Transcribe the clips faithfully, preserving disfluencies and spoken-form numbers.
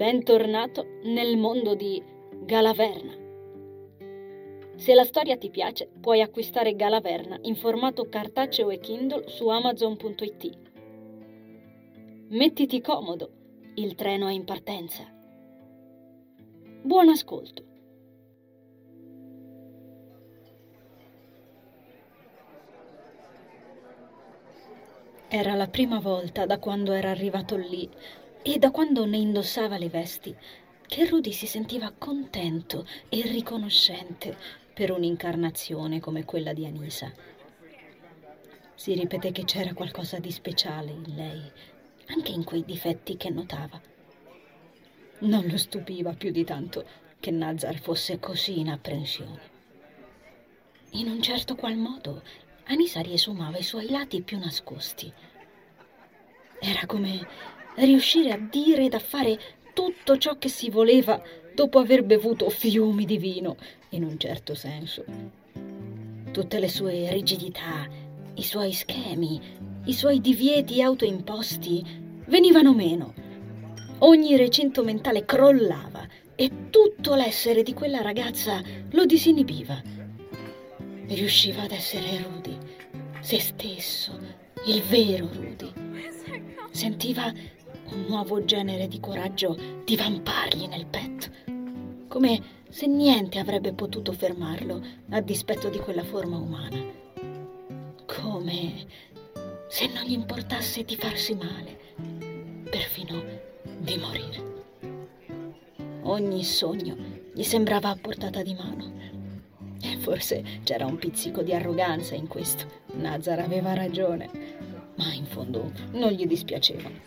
Bentornato nel mondo di Galaverna. Se la storia ti piace, puoi acquistare Galaverna in formato cartaceo e Kindle su amazon punto it. Mettiti comodo, il treno è in partenza. Buon ascolto. Era la prima volta da quando era arrivato lì e da quando ne indossava le vesti che Rudy si sentiva contento e riconoscente per un'incarnazione come quella di Anisa. Si ripeté che c'era qualcosa di speciale in lei, anche in quei difetti che notava. Non lo stupiva più di tanto che Nazar fosse così in apprensione. In un certo qual modo Anisa riesumava i suoi lati più nascosti. Era come riuscire a dire ed a fare tutto ciò che si voleva dopo aver bevuto fiumi di vino, in un certo senso. Tutte le sue rigidità, i suoi schemi, i suoi divieti autoimposti venivano meno. Ogni recinto mentale crollava e tutto l'essere di quella ragazza lo disinibiva. Riusciva ad essere Rudy, se stesso, il vero Rudy. Sentiva un nuovo genere di coraggio divampargli nel petto, come se niente avrebbe potuto fermarlo a dispetto di quella forma umana, come se non gli importasse di farsi male, perfino di morire. Ogni sogno gli sembrava a portata di mano, e forse c'era un pizzico di arroganza in questo. Nazar aveva ragione, ma in fondo non gli dispiaceva.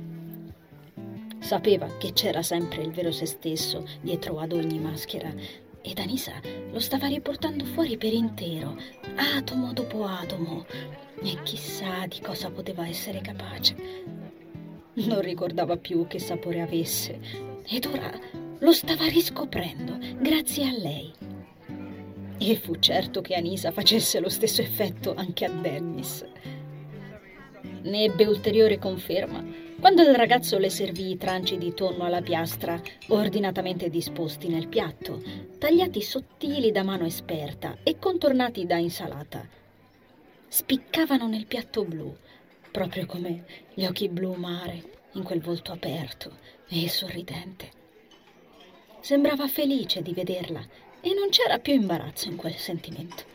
Sapeva che c'era sempre il vero se stesso dietro ad ogni maschera, ed Anisa lo stava riportando fuori per intero, atomo dopo atomo, e chissà di cosa poteva essere capace. Non ricordava più che sapore avesse, ed ora lo stava riscoprendo grazie a lei. E fu certo che Anisa facesse lo stesso effetto anche a Dennis. Ne ebbe ulteriore conferma quando il ragazzo le servì i tranci di tonno alla piastra, ordinatamente disposti nel piatto, tagliati sottili da mano esperta e contornati da insalata. Spiccavano nel piatto blu, proprio come gli occhi blu mare in quel volto aperto e sorridente. Sembrava felice di vederla e non c'era più imbarazzo in quel sentimento.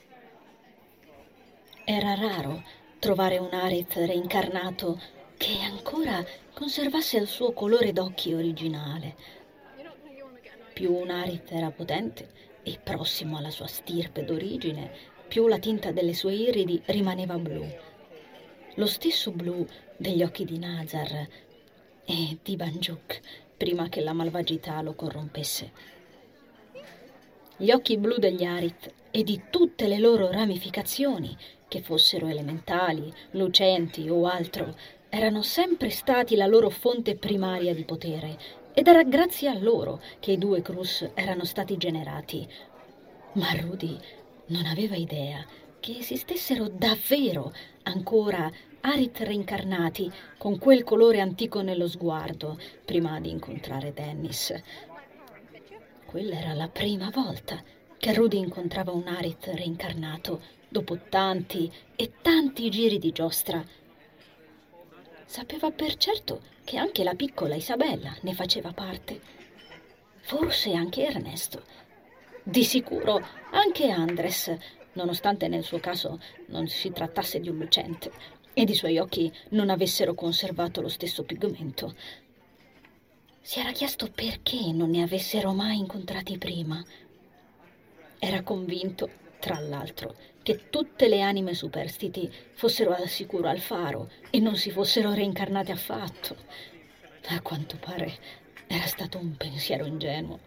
Era raro trovare un Arit reincarnato che ancora conservasse il suo colore d'occhi originale. Più un Arit era potente e prossimo alla sua stirpe d'origine, più la tinta delle sue iridi rimaneva blu. Lo stesso blu degli occhi di Nazar e di Banjuk, prima che la malvagità lo corrompesse. Gli occhi blu degli Arit e di tutte le loro ramificazioni, che fossero elementali, lucenti o altro, erano sempre stati la loro fonte primaria di potere, ed era grazie a loro che i due Crus erano stati generati. Ma Rudy non aveva idea che esistessero davvero ancora Arit reincarnati con quel colore antico nello sguardo prima di incontrare Dennis. Quella era la prima volta che Rudy incontrava un Arit reincarnato dopo tanti e tanti giri di giostra. Sapeva per certo che anche la piccola Isabella ne faceva parte. Forse anche Ernesto. Di sicuro anche Andres, nonostante nel suo caso non si trattasse di un lucente ed i suoi occhi non avessero conservato lo stesso pigmento. Si era chiesto perché non ne avessero mai incontrati prima. Era convinto, tra l'altro, che tutte le anime superstiti fossero al sicuro al faro e non si fossero reincarnate affatto. A quanto pare era stato un pensiero ingenuo.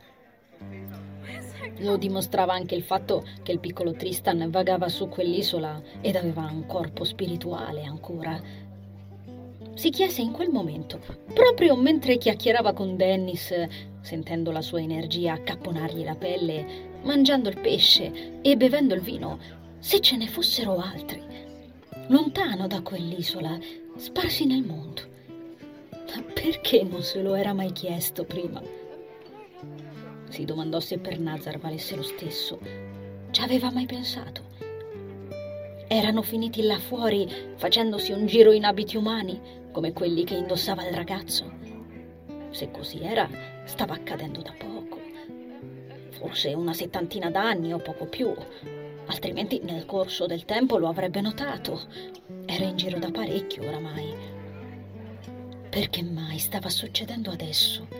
Lo dimostrava anche il fatto che il piccolo Tristan vagava su quell'isola ed aveva un corpo spirituale ancora. Si chiese in quel momento, proprio mentre chiacchierava con Dennis, sentendo la sua energia accapponargli la pelle, mangiando il pesce e bevendo il vino, se ce ne fossero altri, lontano da quell'isola, sparsi nel mondo. Perché non se lo era mai chiesto prima? Si domandò se per Nazar valesse lo stesso. Ci aveva mai pensato? Erano finiti là fuori facendosi un giro in abiti umani, come quelli che indossava il ragazzo? Se così era, stava accadendo da poco. Forse una settantina d'anni o poco più. Altrimenti nel corso del tempo lo avrebbe notato. Era in giro da parecchio oramai. Perché mai stava succedendo adesso?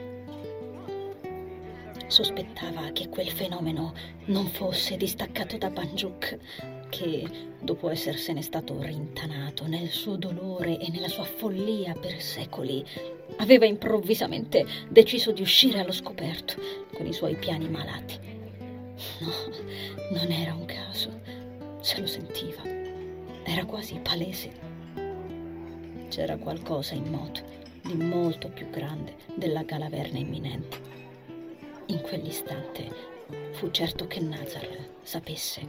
Sospettava che quel fenomeno non fosse distaccato da Banjuk, che, dopo essersene stato rintanato nel suo dolore e nella sua follia per secoli, aveva improvvisamente deciso di uscire allo scoperto con i suoi piani malati. No, non era un caso, se lo sentiva, era quasi palese. C'era qualcosa in moto di molto più grande della galaverna imminente. In quell'istante fu certo che Nazar sapesse.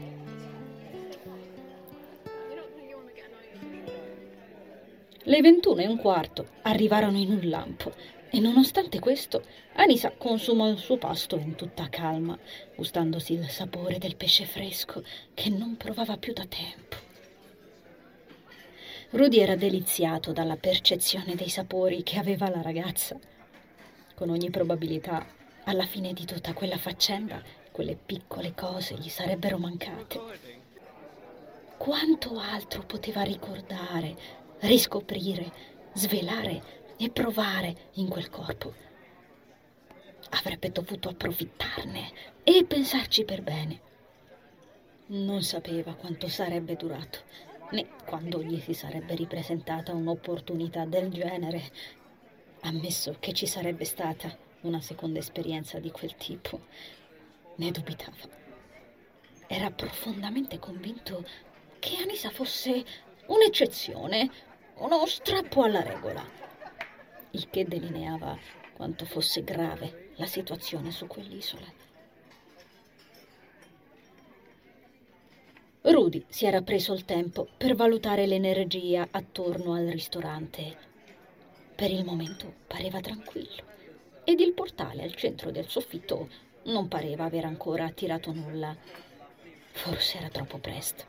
Le ventuno e un quarto arrivarono in un lampo e nonostante questo Anisa consumò il suo pasto in tutta calma, gustandosi il sapore del pesce fresco che non provava più da tempo. Rudy era deliziato dalla percezione dei sapori che aveva la ragazza. Con ogni probabilità, alla fine di tutta quella faccenda, quelle piccole cose gli sarebbero mancate. Quanto altro poteva ricordare, riscoprire, svelare e provare in quel corpo? Avrebbe dovuto approfittarne e pensarci per bene. Non sapeva quanto sarebbe durato, né quando gli si sarebbe ripresentata un'opportunità del genere, ammesso che ci sarebbe stata una seconda esperienza di quel tipo. Ne dubitava. Era profondamente convinto che Anisa fosse un'eccezione, uno strappo alla regola, il che delineava quanto fosse grave la situazione su quell'isola. Rudy si era preso il tempo per valutare l'energia attorno al ristorante. Per il momento pareva tranquillo ed il portale al centro del soffitto non pareva aver ancora attirato nulla. Forse era troppo presto.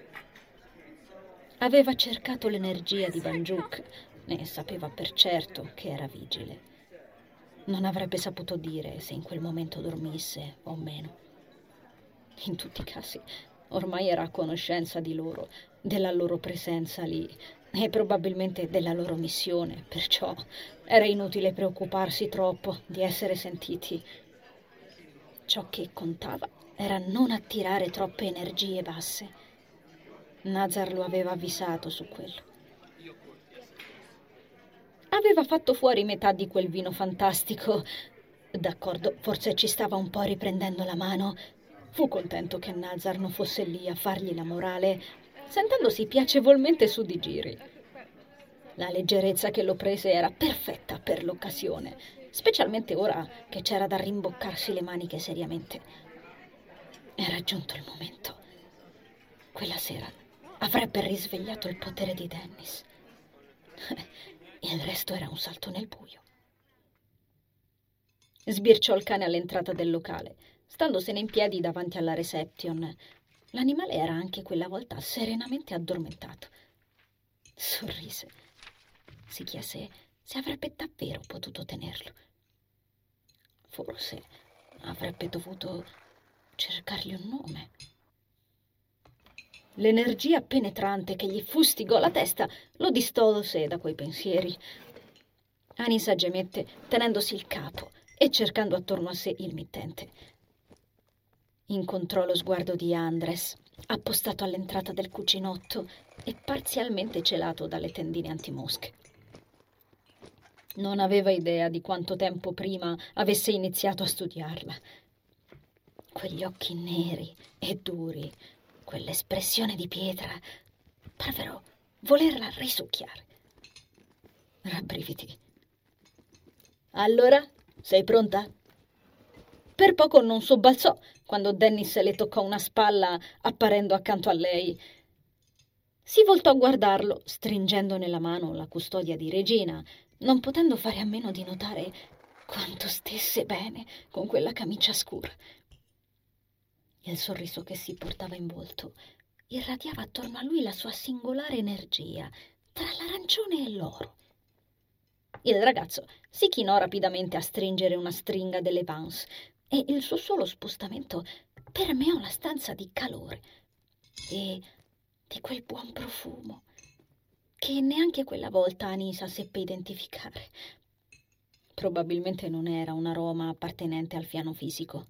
Aveva cercato l'energia di Banjuk, ne sapeva per certo che era vigile. Non avrebbe saputo dire se in quel momento dormisse o meno. In tutti i casi, ormai era a conoscenza di loro, della loro presenza lì e probabilmente della loro missione, perciò era inutile preoccuparsi troppo di essere sentiti. Ciò che contava era non attirare troppe energie basse. Nazar lo aveva avvisato su quello. Aveva fatto fuori metà di quel vino fantastico. D'accordo, forse ci stava un po' riprendendo la mano. Fu contento che Nazar non fosse lì a fargli la morale, sentendosi piacevolmente su di giri. La leggerezza che lo prese era perfetta per l'occasione, specialmente ora che c'era da rimboccarsi le maniche seriamente. Era giunto il momento. Quella sera avrebbe risvegliato il potere di Dennis. Il resto era un salto nel buio. Sbirciò il cane all'entrata del locale, standosene in piedi davanti alla reception. L'animale era anche quella volta serenamente addormentato. Sorrise. Si chiese se avrebbe davvero potuto tenerlo. Forse avrebbe dovuto cercargli un nome. L'energia penetrante che gli fustigò la testa lo distolse da quei pensieri. Anisa gemette tenendosi il capo e cercando attorno a sé il mittente. Incontrò lo sguardo di Andres, appostato all'entrata del cucinotto e parzialmente celato dalle tendine antimosche. Non aveva idea di quanto tempo prima avesse iniziato a studiarla. Quegli occhi neri e duri, quell'espressione di pietra, parvero volerla risucchiare. Rabbrividi. Allora, sei pronta? Per poco non sobbalzò quando Dennis le toccò una spalla apparendo accanto a lei. Si voltò a guardarlo, stringendo nella mano la custodia di Regina, non potendo fare a meno di notare quanto stesse bene con quella camicia scura. Il sorriso che si portava in volto irradiava attorno a lui la sua singolare energia tra l'arancione e l'oro. Il ragazzo si chinò rapidamente a stringere una stringa delle Vans e il suo solo spostamento permeò la stanza di calore e di quel buon profumo che neanche quella volta Anisa seppe identificare. Probabilmente non era un aroma appartenente al piano fisico.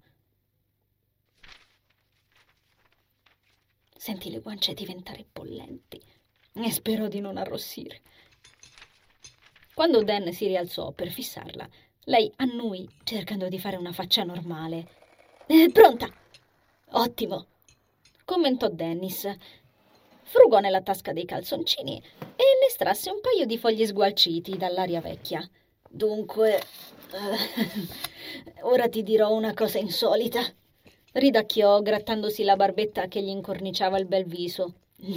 Sentì le guance diventare bollenti e sperò di non arrossire. Quando Dan si rialzò per fissarla, lei annui cercando di fare una faccia normale. «È pronta!» «Ottimo!» commentò Dennis. Frugò nella tasca dei calzoncini e ne estrasse un paio di fogli sgualciti dall'aria vecchia. «Dunque, eh, ora ti dirò una cosa insolita», ridacchiò grattandosi la barbetta che gli incorniciava il bel viso.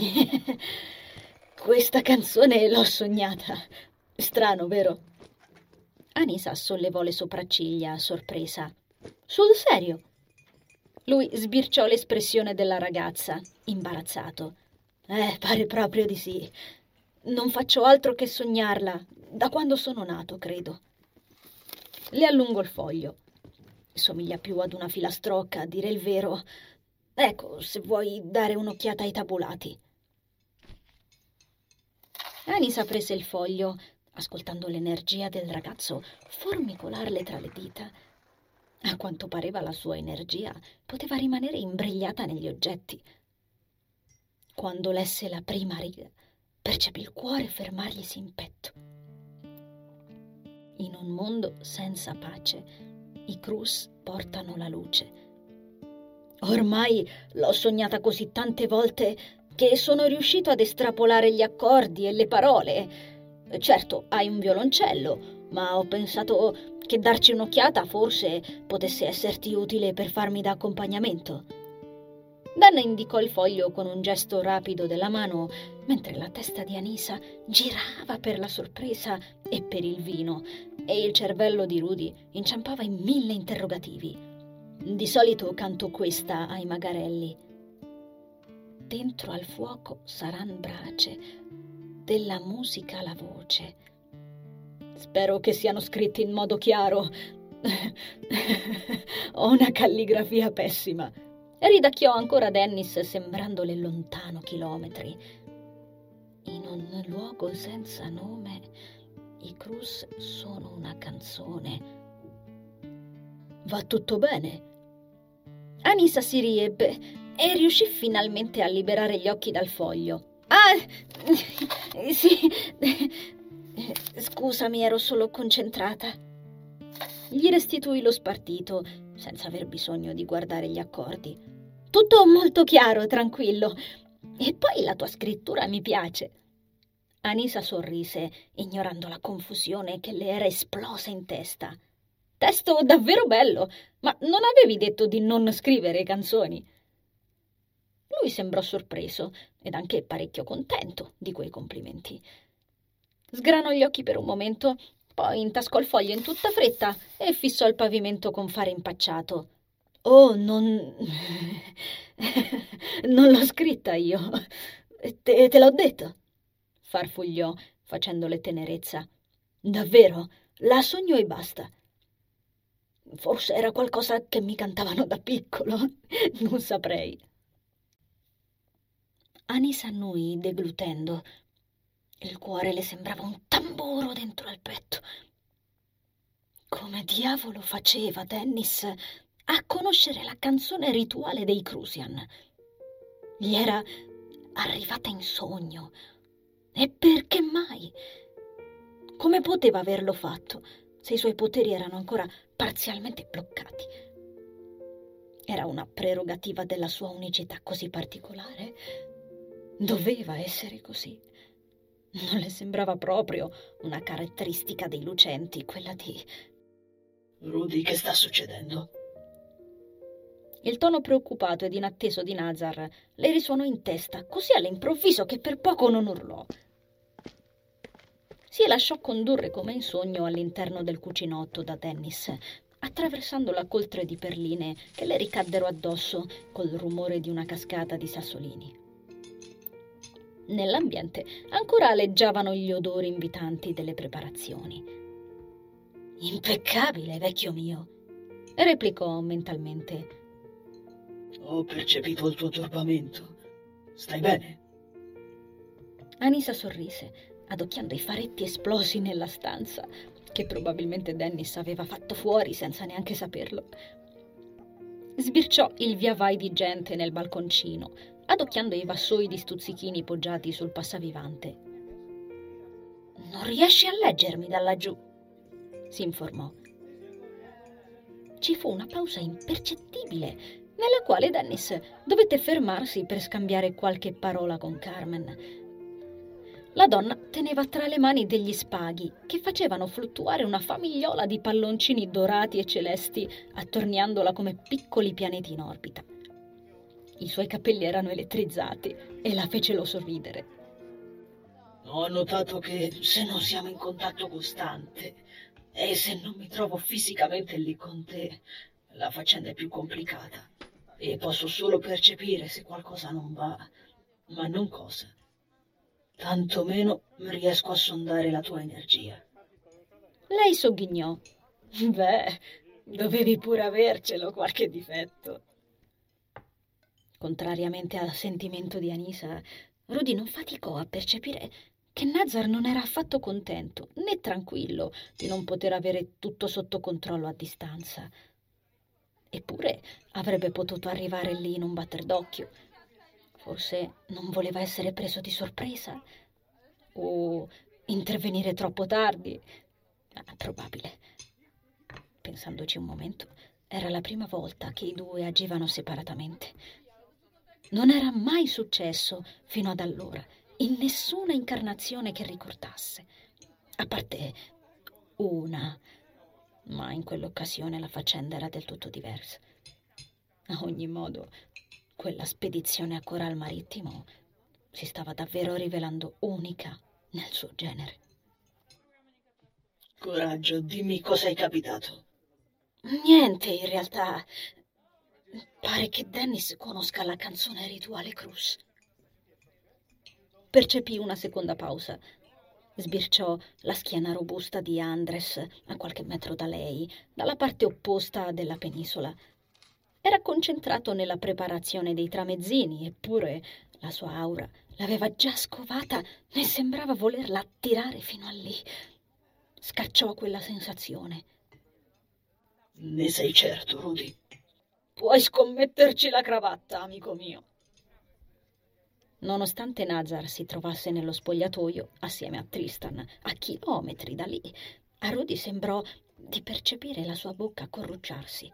«Questa canzone l'ho sognata. Strano, vero?» Anisa sollevò le sopracciglia, sorpresa. «Sul serio?» Lui sbirciò l'espressione della ragazza, imbarazzato. «Eh, pare proprio di sì. Non faccio altro che sognarla, da quando sono nato, credo». Le allungò il foglio. Somiglia più ad una filastrocca, a dire il vero. Ecco, se vuoi dare un'occhiata ai tabulati. Anisa prese il foglio, ascoltando l'energia del ragazzo formicolarle tra le dita. A quanto pareva la sua energia poteva rimanere imbrigliata negli oggetti. Quando lesse la prima riga, percepì il cuore fermarglisi in petto. In un mondo senza pace, i Crus portano la luce. Ormai l'ho sognata così tante volte che sono riuscito ad estrapolare gli accordi e le parole. Certo, hai un violoncello, ma ho pensato che darci un'occhiata forse potesse esserti utile per farmi da accompagnamento. Dan indicò il foglio con un gesto rapido della mano, mentre la testa di Anisa girava per la sorpresa e per il vino, e il cervello di Rudy inciampava in mille interrogativi. Di solito canto questa ai magarelli. Dentro al fuoco saran brace, della musica la voce. Spero che siano scritti in modo chiaro. Ho una calligrafia pessima. Ridacchiò ancora Dennis, sembrandole lontano chilometri. In un luogo senza nome, i Crus sono una canzone. Va tutto bene? Anisa si riebbe e riuscì finalmente a liberare gli occhi dal foglio. Ah, sì, scusami, ero solo concentrata. Gli restituì lo spartito, senza aver bisogno di guardare gli accordi. Tutto molto chiaro, tranquillo. E poi la tua scrittura mi piace. Anisa sorrise, ignorando la confusione che le era esplosa in testa. Testo davvero bello, ma non avevi detto di non scrivere canzoni? Lui sembrò sorpreso ed anche parecchio contento di quei complimenti. Sgranò gli occhi per un momento, poi intascò il foglio in tutta fretta e fissò il pavimento con fare impacciato. «Oh, non... non l'ho scritta io. Te, te l'ho detto», farfugliò, facendole tenerezza. «Davvero, la sogno e basta. Forse era qualcosa che mi cantavano da piccolo, non saprei». Anisa annui deglutendo. Il cuore le sembrava un tamburo dentro al petto. Come diavolo faceva Dennis a conoscere la canzone rituale dei Crusian? Gli era arrivata in sogno. E perché mai? Come poteva averlo fatto se i suoi poteri erano ancora parzialmente bloccati? Era una prerogativa della sua unicità così particolare? Doveva essere così. Non le sembrava proprio una caratteristica dei lucenti, quella di... «Rudy, che sta succedendo?» Il tono preoccupato ed inatteso di Nazar le risuonò in testa, così all'improvviso che per poco non urlò. si lasciò condurre come in sogno all'interno del cucinotto da Dennis, attraversando la coltre di perline che le ricaddero addosso col rumore di una cascata di sassolini. Nell'ambiente ancora aleggiavano gli odori invitanti delle preparazioni. «Impeccabile, vecchio mio!» replicò mentalmente. «Ho percepito il tuo turbamento. Stai bene?» Anisa sorrise, adocchiando i faretti esplosi nella stanza, che probabilmente Dennis aveva fatto fuori senza neanche saperlo. Sbirciò il via vai di gente nel balconcino, adocchiando i vassoi di stuzzichini poggiati sul passavivante. «Non riesci a leggermi da laggiù?» si informò. Ci fu una pausa impercettibile, nella quale Dennis dovette fermarsi per scambiare qualche parola con Carmen. La donna teneva tra le mani degli spaghi che facevano fluttuare una famigliola di palloncini dorati e celesti, attorniandola come piccoli pianeti in orbita. I suoi capelli erano elettrizzati e la fecero sorridere. «Ho notato che se non siamo in contatto costante e se non mi trovo fisicamente lì con te, la faccenda è più complicata e posso solo percepire se qualcosa non va, ma non cosa. Tantomeno riesco a sondare la tua energia». Lei sogghignò. «Beh, dovevi pure avercelo qualche difetto». Contrariamente al sentimento di Anisa, Rudy non faticò a percepire che Nazar non era affatto contento né tranquillo di non poter avere tutto sotto controllo a distanza. Eppure avrebbe potuto arrivare lì in un batter d'occhio. Forse non voleva essere preso di sorpresa? O intervenire troppo tardi? Ah, probabile. Pensandoci un momento, era la prima volta che i due agivano separatamente. Non era mai successo fino ad allora, in nessuna incarnazione che ricordasse, a parte una, ma in quell'occasione la faccenda era del tutto diversa. A ogni modo, quella spedizione a Coral Marittimo si stava davvero rivelando unica nel suo genere. «Coraggio, dimmi cosa è capitato». Niente, in realtà. Pare che Dennis conosca la canzone rituale Cruz. Percepì una seconda pausa. Sbirciò la schiena robusta di Andres a qualche metro da lei, dalla parte opposta della penisola. Era concentrato nella preparazione dei tramezzini, eppure la sua aura l'aveva già scovata e sembrava volerla attirare fino a lì. Scacciò quella sensazione. «Ne sei certo, Rudy?» «Puoi scommetterci la cravatta, amico mio». Nonostante Nazar si trovasse nello spogliatoio assieme a Tristan, a chilometri da lì, a Rudy sembrò di percepire la sua bocca corrucciarsi.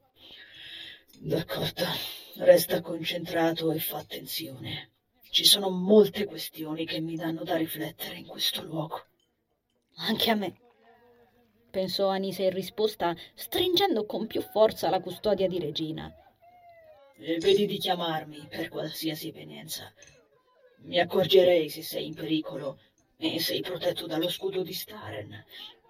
«D'accordo, resta concentrato e fa attenzione. Ci sono molte questioni che mi danno da riflettere in questo luogo». «Anche a me», pensò Anisa in risposta, stringendo con più forza la custodia di Regina. «E vedi di chiamarmi per qualsiasi evenienza. Mi accorgerei se sei in pericolo e sei protetto dallo scudo di Staren.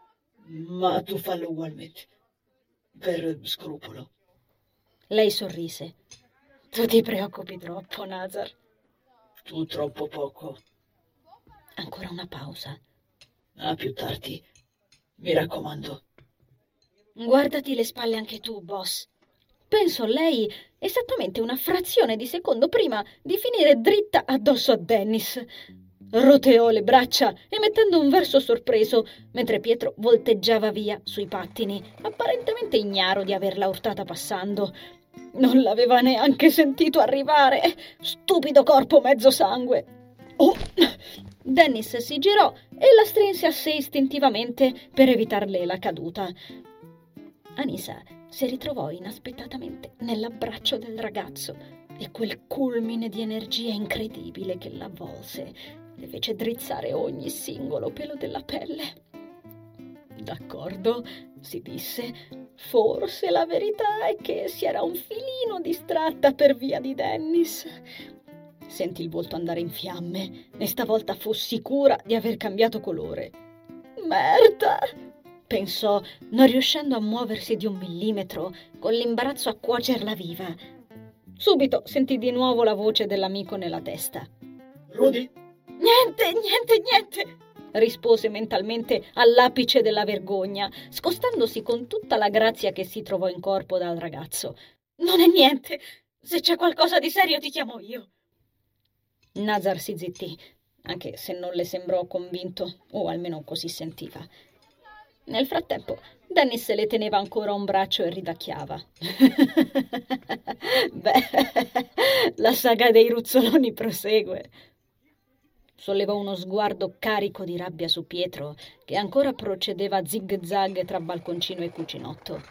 Ma tu fallo ugualmente, per scrupolo». Lei sorrise. «Tu ti preoccupi troppo, Nazar». «Tu troppo poco». Ancora una pausa. «A più tardi. Mi raccomando». «Guardati le spalle anche tu, boss», pensò lei esattamente una frazione di secondo prima di finire dritta addosso a Dennis. Roteò le braccia emettendo un verso sorpreso, mentre Pietro volteggiava via sui pattini, apparentemente ignaro di averla urtata passando. Non l'aveva neanche sentito arrivare. Stupido corpo mezzo sangue. Oh! Dennis si girò e la strinse a sé istintivamente per evitarle la caduta. Anisa si ritrovò inaspettatamente nell'abbraccio del ragazzo e quel culmine di energia incredibile che l'avvolse le fece drizzare ogni singolo pelo della pelle. «D'accordo», si disse, «forse la verità è che si era un filino distratta per via di Dennis». Sentì il volto andare in fiamme e stavolta fu sicura di aver cambiato colore. Merda! Pensò, non riuscendo a muoversi di un millimetro, con l'imbarazzo a cuocerla viva. Subito sentì di nuovo la voce dell'amico nella testa. Rudy? Niente, niente, niente! Rispose mentalmente all'apice della vergogna, scostandosi con tutta la grazia che si trovò in corpo dal ragazzo. Non è niente! Se c'è qualcosa di serio ti chiamo io. Nazar si zittì, anche se non le sembrò convinto, o almeno così sentiva. Nel frattempo, Dennis le teneva ancora un braccio e ridacchiava. Beh, la saga dei ruzzoloni prosegue. Sollevò uno sguardo carico di rabbia su Pietro, che ancora procedeva zig-zag tra balconcino e cucinotto.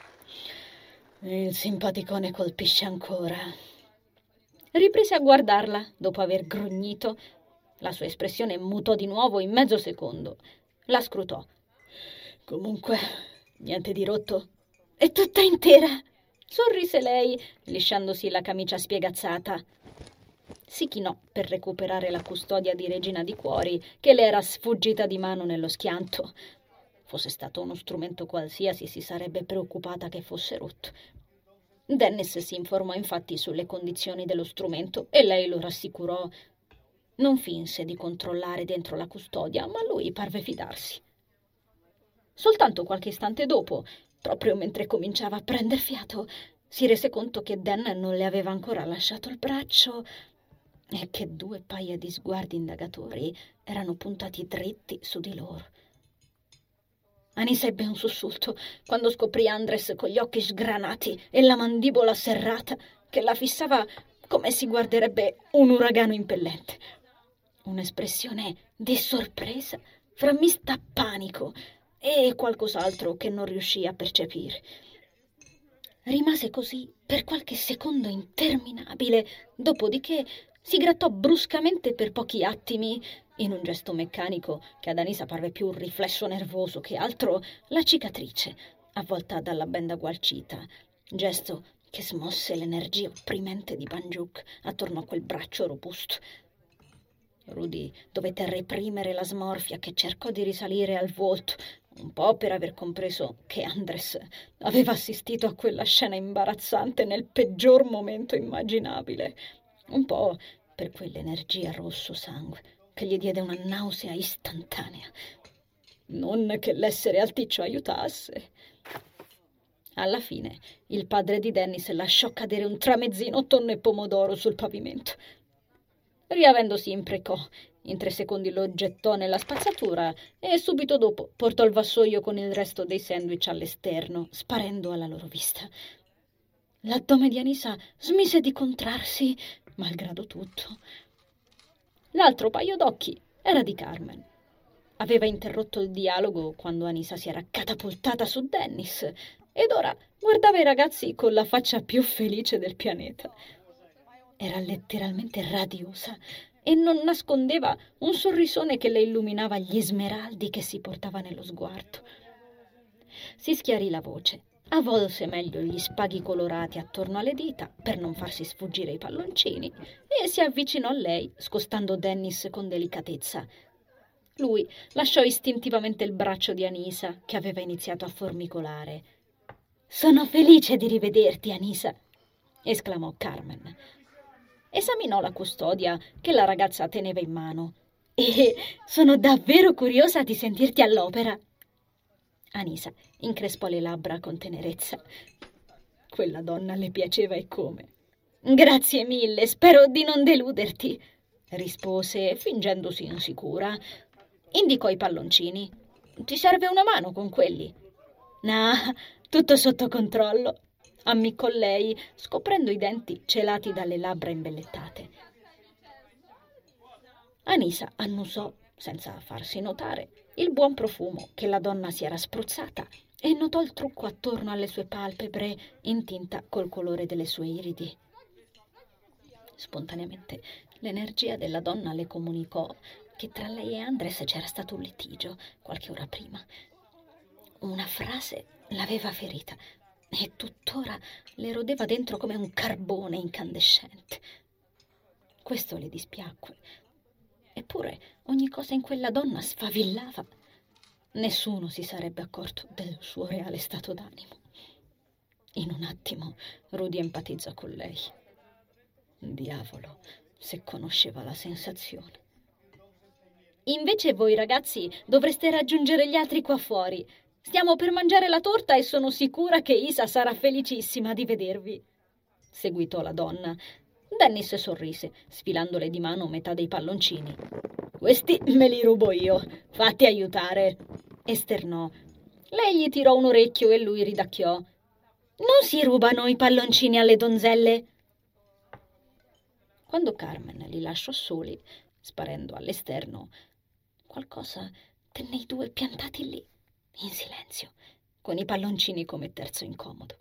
Il simpaticone colpisce ancora. Riprese a guardarla, dopo aver grugnito. La sua espressione mutò di nuovo in mezzo secondo. La scrutò. Comunque, niente di rotto? È tutta intera, sorrise lei, lisciandosi la camicia spiegazzata. Si chinò per recuperare la custodia di Regina di Cuori, che le era sfuggita di mano nello schianto. Fosse stato uno strumento qualsiasi, si sarebbe preoccupata che fosse rotto. Dennis si informò infatti sulle condizioni dello strumento e lei lo rassicurò. Non finse di controllare dentro la custodia, ma lui parve fidarsi. Soltanto qualche istante dopo, proprio mentre cominciava a prender fiato, si rese conto che Dan non le aveva ancora lasciato il braccio e che due paia di sguardi indagatori erano puntati dritti su di loro. Anisa ebbe un sussulto quando scoprì Andres con gli occhi sgranati e la mandibola serrata che la fissava come si guarderebbe un uragano impellente. Un'espressione di sorpresa, frammista a panico e qualcos'altro che non riuscì a percepire. Rimase così per qualche secondo interminabile, dopodiché si grattò bruscamente per pochi attimi, in un gesto meccanico che ad Anisa parve più un riflesso nervoso che altro, la cicatrice, avvolta dalla benda gualcita, gesto che smosse l'energia opprimente di Banjuk attorno a quel braccio robusto. Rudy dovette reprimere la smorfia che cercò di risalire al volto, un po' per aver compreso che Andres aveva assistito a quella scena imbarazzante nel peggior momento immaginabile, un po' per quell'energia rosso sangue che gli diede una nausea istantanea. Non che l'essere alticcio aiutasse. Alla fine il padre di Dennis lasciò cadere un tramezzino tonno e pomodoro sul pavimento. Riavendosi imprecò, in tre secondi lo gettò nella spazzatura e subito dopo portò il vassoio con il resto dei sandwich all'esterno, sparendo alla loro vista. L'addome di Anisa smise di contrarsi, malgrado tutto. L'altro paio d'occhi era di Carmen. Aveva interrotto il dialogo quando Anisa si era catapultata su Dennis ed ora guardava i ragazzi con la faccia più felice del pianeta. Era letteralmente radiosa e non nascondeva un sorrisone che le illuminava gli smeraldi che si portava nello sguardo. Si schiarì la voce, avvolse meglio gli spaghi colorati attorno alle dita per non farsi sfuggire i palloncini e si avvicinò a lei, scostando Dennis con delicatezza. Lui lasciò istintivamente il braccio di Anisa, che aveva iniziato a formicolare. «Sono felice di rivederti, Anisa!» esclamò Carmen. Esaminò la custodia che la ragazza teneva in mano. «E sono davvero curiosa di sentirti all'opera!» Anisa increspò le labbra con tenerezza. Quella donna le piaceva e come. «Grazie mille, spero di non deluderti», rispose fingendosi insicura. Indicò i palloncini. «Ti serve una mano con quelli?» «No, tutto sotto controllo», ammiccò lei, scoprendo i denti celati dalle labbra imbellettate. Anisa annusò, senza farsi notare, il buon profumo che la donna si era spruzzata e notò il trucco attorno alle sue palpebre in tinta col colore delle sue iridi. Spontaneamente l'energia della donna le comunicò che tra lei e Andres c'era stato un litigio qualche ora prima. Una frase l'aveva ferita e tuttora le rodeva dentro come un carbone incandescente. Questo le dispiacque. Eppure ogni cosa in quella donna sfavillava. nessuno si sarebbe accorto del suo reale stato d'animo. In un attimo Rudy empatizzò con lei. Diavolo, se conosceva la sensazione. Invece voi ragazzi dovreste raggiungere gli altri qua fuori. Stiamo per mangiare la torta e sono sicura che Isa sarà felicissima di vedervi. Seguitò la donna. Dennis sorrise, sfilandole di mano metà dei palloncini. Questi me li rubo io, fatti aiutare, esternò. Lei gli tirò un orecchio e lui ridacchiò. Non si rubano i palloncini alle donzelle. Quando Carmen li lasciò soli, sparendo all'esterno, qualcosa tenne i due piantati lì, in silenzio, con i palloncini come terzo incomodo.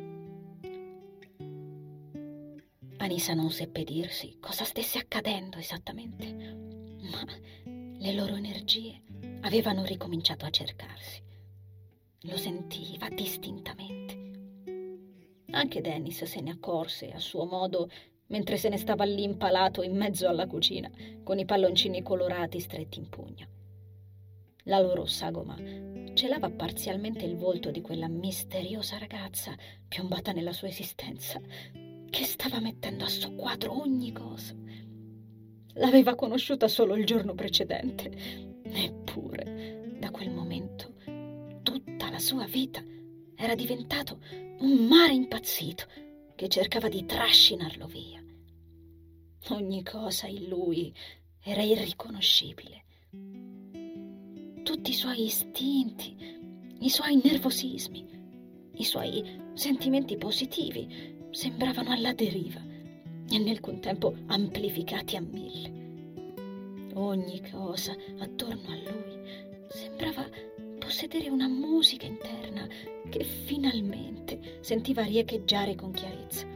Anisa non seppe dirsi cosa stesse accadendo esattamente, ma le loro energie avevano ricominciato a cercarsi. Lo sentiva distintamente. Anche Dennis se ne accorse a suo modo mentre se ne stava lì impalato in mezzo alla cucina, con i palloncini colorati stretti in pugno. La loro sagoma celava parzialmente il volto di quella misteriosa ragazza piombata nella sua esistenza, che stava mettendo a soqquadro ogni cosa. L'aveva conosciuta solo il giorno precedente, eppure da quel momento tutta la sua vita era diventato un mare impazzito che cercava di trascinarlo via. Ogni cosa in lui era irriconoscibile. Tutti i suoi istinti, i suoi nervosismi, i suoi sentimenti positivi sembravano alla deriva e nel contempo amplificati a mille. Ogni cosa attorno a lui sembrava possedere una musica interna che finalmente sentiva riecheggiare con chiarezza.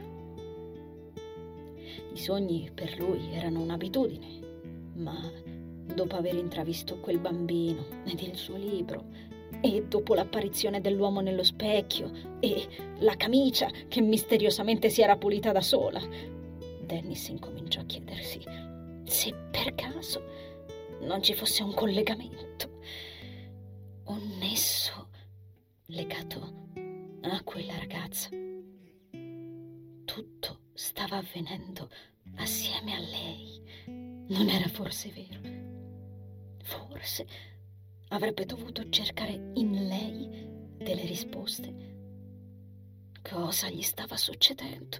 I sogni per lui erano un'abitudine, ma dopo aver intravisto quel bambino ed il suo libro, e dopo l'apparizione dell'uomo nello specchio e la camicia che misteriosamente si era pulita da sola, Dennis incominciò a chiedersi se per caso non ci fosse un collegamento, un nesso legato a quella ragazza. Tutto stava avvenendo assieme a lei. Non era forse vero? Forse avrebbe dovuto cercare in lei delle risposte. Cosa gli stava succedendo?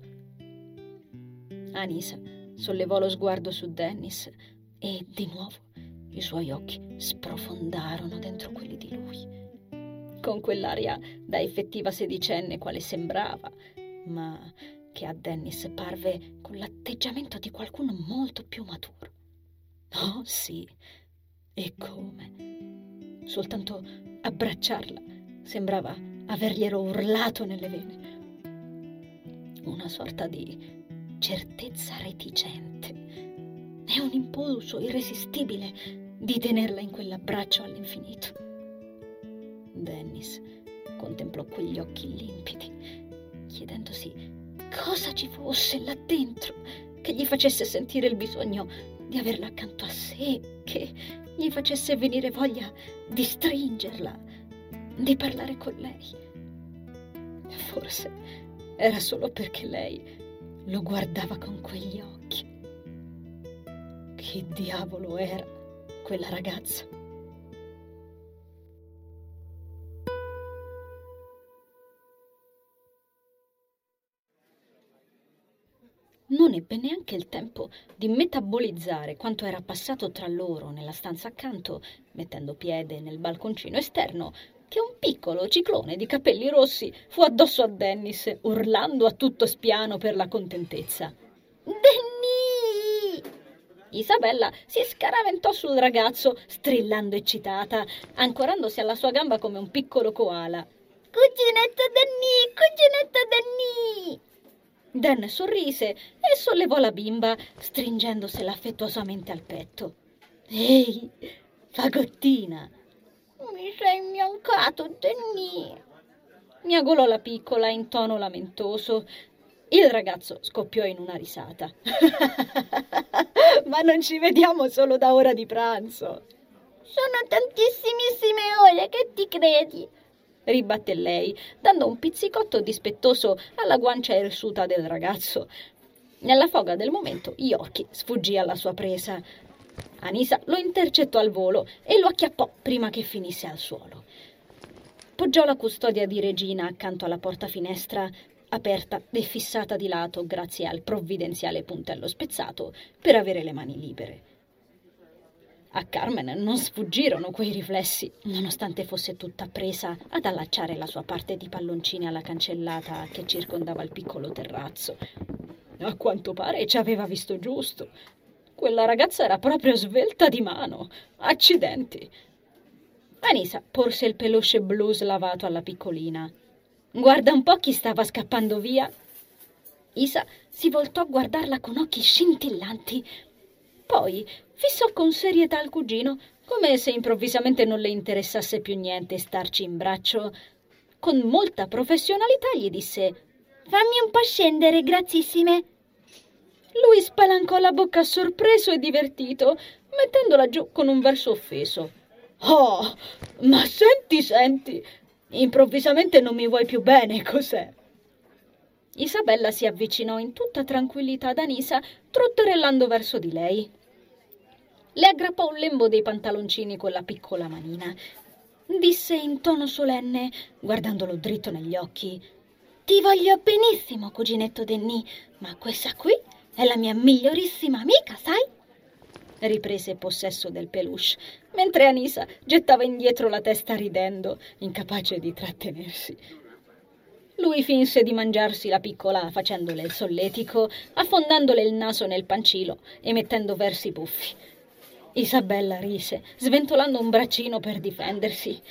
Anisa sollevò lo sguardo su Dennis e di nuovo i suoi occhi sprofondarono dentro quelli di lui, con quell'aria da effettiva sedicenne quale sembrava, ma che a Dennis parve con l'atteggiamento di qualcuno molto più maturo. Oh sì, e come! Soltanto abbracciarla sembrava averglielo urlato nelle vene. Una sorta di certezza reticente e un impulso irresistibile di tenerla in quell'abbraccio all'infinito. Dennis contemplò quegli occhi limpidi, chiedendosi cosa ci fosse là dentro che gli facesse sentire il bisogno di averla accanto a sé, che gli facesse venire voglia di stringerla, di parlare con lei. Forse era solo perché lei lo guardava con quegli occhi. Che diavolo era quella ragazza? Non ebbe neanche il tempo di metabolizzare quanto era passato tra loro nella stanza accanto, mettendo piede nel balconcino esterno, che un piccolo ciclone di capelli rossi fu addosso a Dennis, urlando a tutto spiano per la contentezza. «Denny!» Isabella si scaraventò sul ragazzo, strillando eccitata, ancorandosi alla sua gamba come un piccolo koala. «Cuginetto Denny! Cuginetto Denny!» Dan sorrise e sollevò la bimba, stringendosela affettuosamente al petto. «Ehi, fagottina!» «Mi sei mancato, Denny!» miagolò la piccola in tono lamentoso. Il ragazzo scoppiò in una risata. «Ma non ci vediamo solo da ora di pranzo!» Sono tantissimissime ore, che ti credi? Ribatté lei, dando un pizzicotto dispettoso alla guancia irsuta del ragazzo. Nella foga del momento, Yorkie sfuggì alla sua presa. Anisa lo intercettò al volo e lo acchiappò prima che finisse al suolo. Poggiò la custodia di Regina accanto alla porta-finestra, aperta e fissata di lato grazie al provvidenziale puntello spezzato per avere le mani libere. A Carmen non sfuggirono quei riflessi, nonostante fosse tutta presa ad allacciare la sua parte di palloncini alla cancellata che circondava il piccolo terrazzo. A quanto pare ci aveva visto giusto. Quella ragazza era proprio svelta di mano. Accidenti! Anisa porse il peluche blu slavato alla piccolina. Guarda un po' chi stava scappando via. Isa si voltò a guardarla con occhi scintillanti. Poi fissò con serietà il cugino, come se improvvisamente non le interessasse più niente starci in braccio. Con molta professionalità gli disse: «Fammi un po' scendere, grazissime». Lui spalancò la bocca sorpreso e divertito, mettendola giù con un verso offeso. «Oh, ma senti, senti, improvvisamente non mi vuoi più bene, cos'è?» Isabella si avvicinò in tutta tranquillità ad Anisa, trotterellando verso di lei. Le aggrappò un lembo dei pantaloncini con la piccola manina. Disse in tono solenne, guardandolo dritto negli occhi: «Ti voglio benissimo, cuginetto Denny, ma questa qui è la mia migliorissima amica, sai?» Riprese possesso del peluche, mentre Anisa gettava indietro la testa ridendo, incapace di trattenersi. Lui finse di mangiarsi la piccola facendole il solletico, affondandole il naso nel pancino e mettendo versi buffi. Isabella rise, sventolando un braccino per difendersi.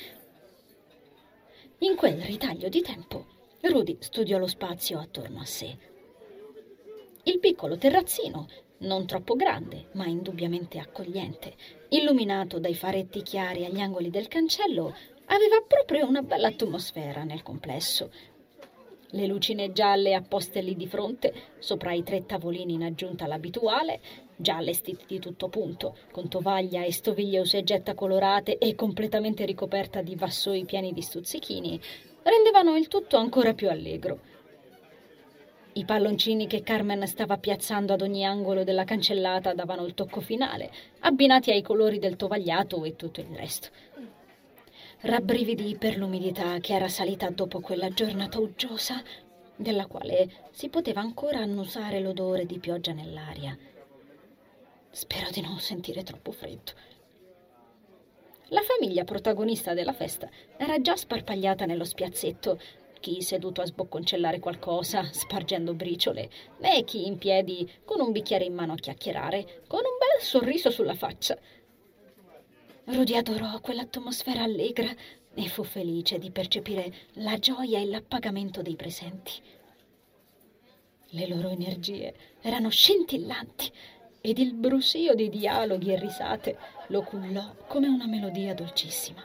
In quel ritaglio di tempo, Rudy studiò lo spazio attorno a sé. Il piccolo terrazzino, non troppo grande, ma indubbiamente accogliente, illuminato dai faretti chiari agli angoli del cancello, aveva proprio una bella atmosfera nel complesso. Le lucine gialle apposte lì di fronte, sopra i tre tavolini in aggiunta all'abituale, già allestiti di tutto punto, con tovaglia e stoviglie useggetta colorate e completamente ricoperta di vassoi pieni di stuzzichini, rendevano il tutto ancora più allegro. I palloncini che Carmen stava piazzando ad ogni angolo della cancellata davano il tocco finale, abbinati ai colori del tovagliato e tutto il resto. Rabbrividi per l'umidità che era salita dopo quella giornata uggiosa, della quale si poteva ancora annusare l'odore di pioggia nell'aria. Spero di non sentire troppo freddo. La famiglia protagonista della festa era già sparpagliata nello spiazzetto, chi seduto a sbocconcellare qualcosa, spargendo briciole, e chi in piedi con un bicchiere in mano a chiacchierare, con un bel sorriso sulla faccia. Rudy adorò quell'atmosfera allegra e fu felice di percepire la gioia e l'appagamento dei presenti. Le loro energie erano scintillanti ed il brusio di dialoghi e risate lo cullò come una melodia dolcissima.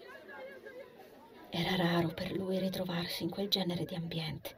Era raro per lui ritrovarsi in quel genere di ambiente.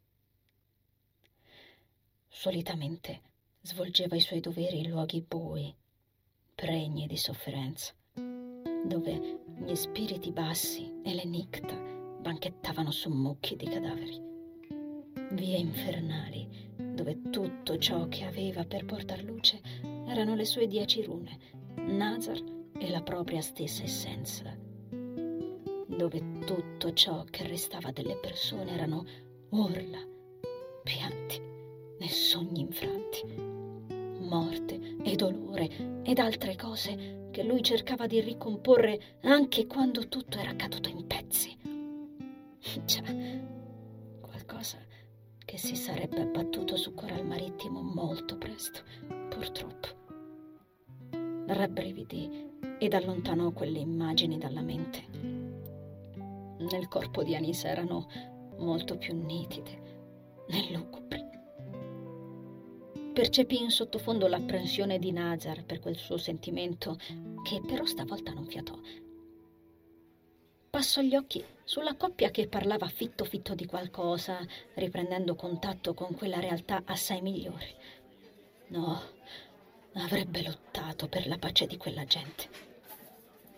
Solitamente svolgeva i suoi doveri in luoghi bui, pregni di sofferenza, dove gli spiriti bassi e le nicta banchettavano su mucchi di cadaveri. Vie infernali, dove tutto ciò che aveva per portar luce erano le sue dieci rune, Nazar e la propria stessa essenza, dove tutto ciò che restava delle persone erano urla, pianti e sogni infranti, morte e dolore ed altre cose che lui cercava di ricomporre anche quando tutto era caduto in pezzi. Già, qualcosa che si sarebbe abbattuto su Coral Marittimo molto presto, purtroppo. Rabbrividì ed allontanò quelle immagini dalla mente. Nel corpo di Anisa erano molto più nitide e lugubri. Percepì in sottofondo l'apprensione di Nazar per quel suo sentimento, che però stavolta non fiatò. Passò gli occhi sulla coppia che parlava fitto fitto di qualcosa, riprendendo contatto con quella realtà assai migliore. No, avrebbe lottato per la pace di quella gente.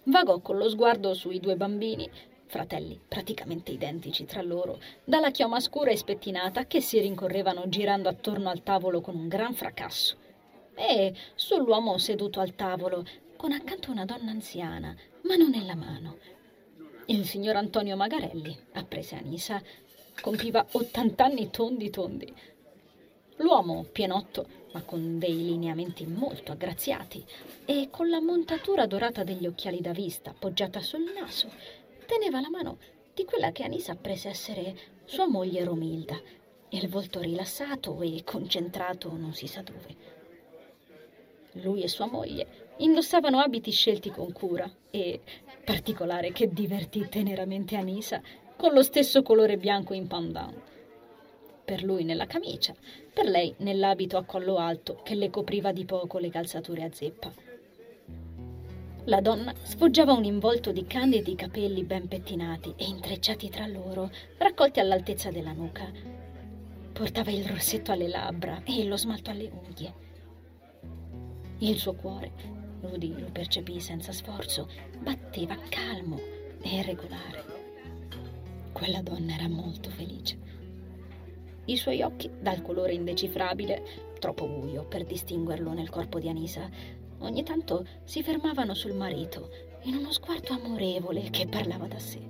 vagò con lo sguardo sui due bambini, fratelli praticamente identici tra loro, dalla chioma scura e spettinata che si rincorrevano girando attorno al tavolo con un gran fracasso, e sull'uomo seduto al tavolo con accanto una donna anziana, mano nella mano. Il signor Antonio Magarelli, apprese Anisa, compiva ottant'anni tondi tondi. L'uomo, pienotto, ma con dei lineamenti molto aggraziati, e con la montatura dorata degli occhiali da vista appoggiata sul naso, teneva la mano di quella che Anisa apprese essere sua moglie Romilda, il volto rilassato e concentrato non si sa dove. Lui e sua moglie indossavano abiti scelti con cura e, particolare che divertì teneramente Anisa, con lo stesso colore bianco in pandan. Per lui nella camicia, per lei nell'abito a collo alto che le copriva di poco le calzature a zeppa. La donna sfoggiava un involto di candidi capelli ben pettinati e intrecciati tra loro, raccolti all'altezza della nuca. Portava il rossetto alle labbra e lo smalto alle unghie. Il suo cuore, Rudy lo percepì senza sforzo, batteva calmo e regolare. Quella donna era molto felice. I suoi occhi, dal colore indecifrabile, troppo buio per distinguerlo nel corpo di Anisa, ogni tanto si fermavano sul marito in uno sguardo amorevole che parlava da sé.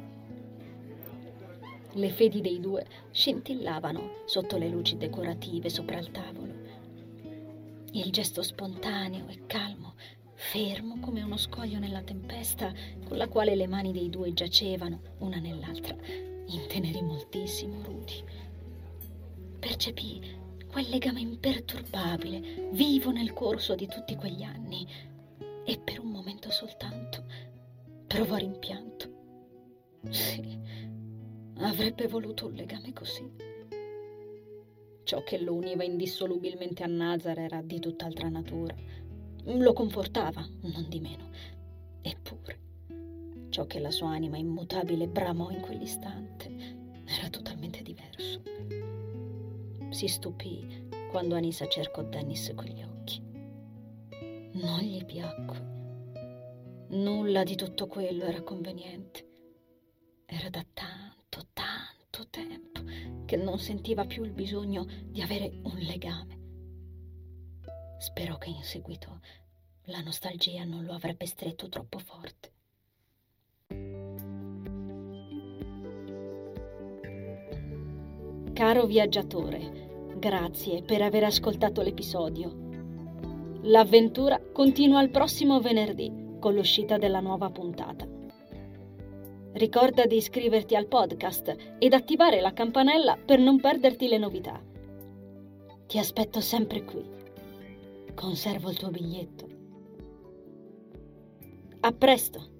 Le fedi dei due scintillavano sotto le luci decorative sopra il tavolo. Il gesto spontaneo e calmo, fermo come uno scoglio nella tempesta, con la quale le mani dei due giacevano, una nell'altra, intenerì moltissimo Rudy. Percepì quel legame imperturbabile, vivo nel corso di tutti quegli anni, e per un momento soltanto provò rimpianto. Sì, avrebbe voluto un legame così. Ciò che lo univa indissolubilmente a Nazar era di tutt'altra natura. Lo confortava, non di meno. Eppure, ciò che la sua anima immutabile bramò in quell'istante era totalmente diverso. Si stupì quando Anisa cercò Dennis con gli occhi. Non gli piacque. Nulla di tutto quello era conveniente. Era da tanto, tanto tempo che non sentiva più il bisogno di avere un legame. Sperò che in seguito la nostalgia non lo avrebbe stretto troppo forte. Caro viaggiatore, grazie per aver ascoltato l'episodio. L'avventura continua il prossimo venerdì con l'uscita della nuova puntata. Ricorda di iscriverti al podcast ed attivare la campanella per non perderti le novità. Ti aspetto sempre qui. Conservo il tuo biglietto. A presto!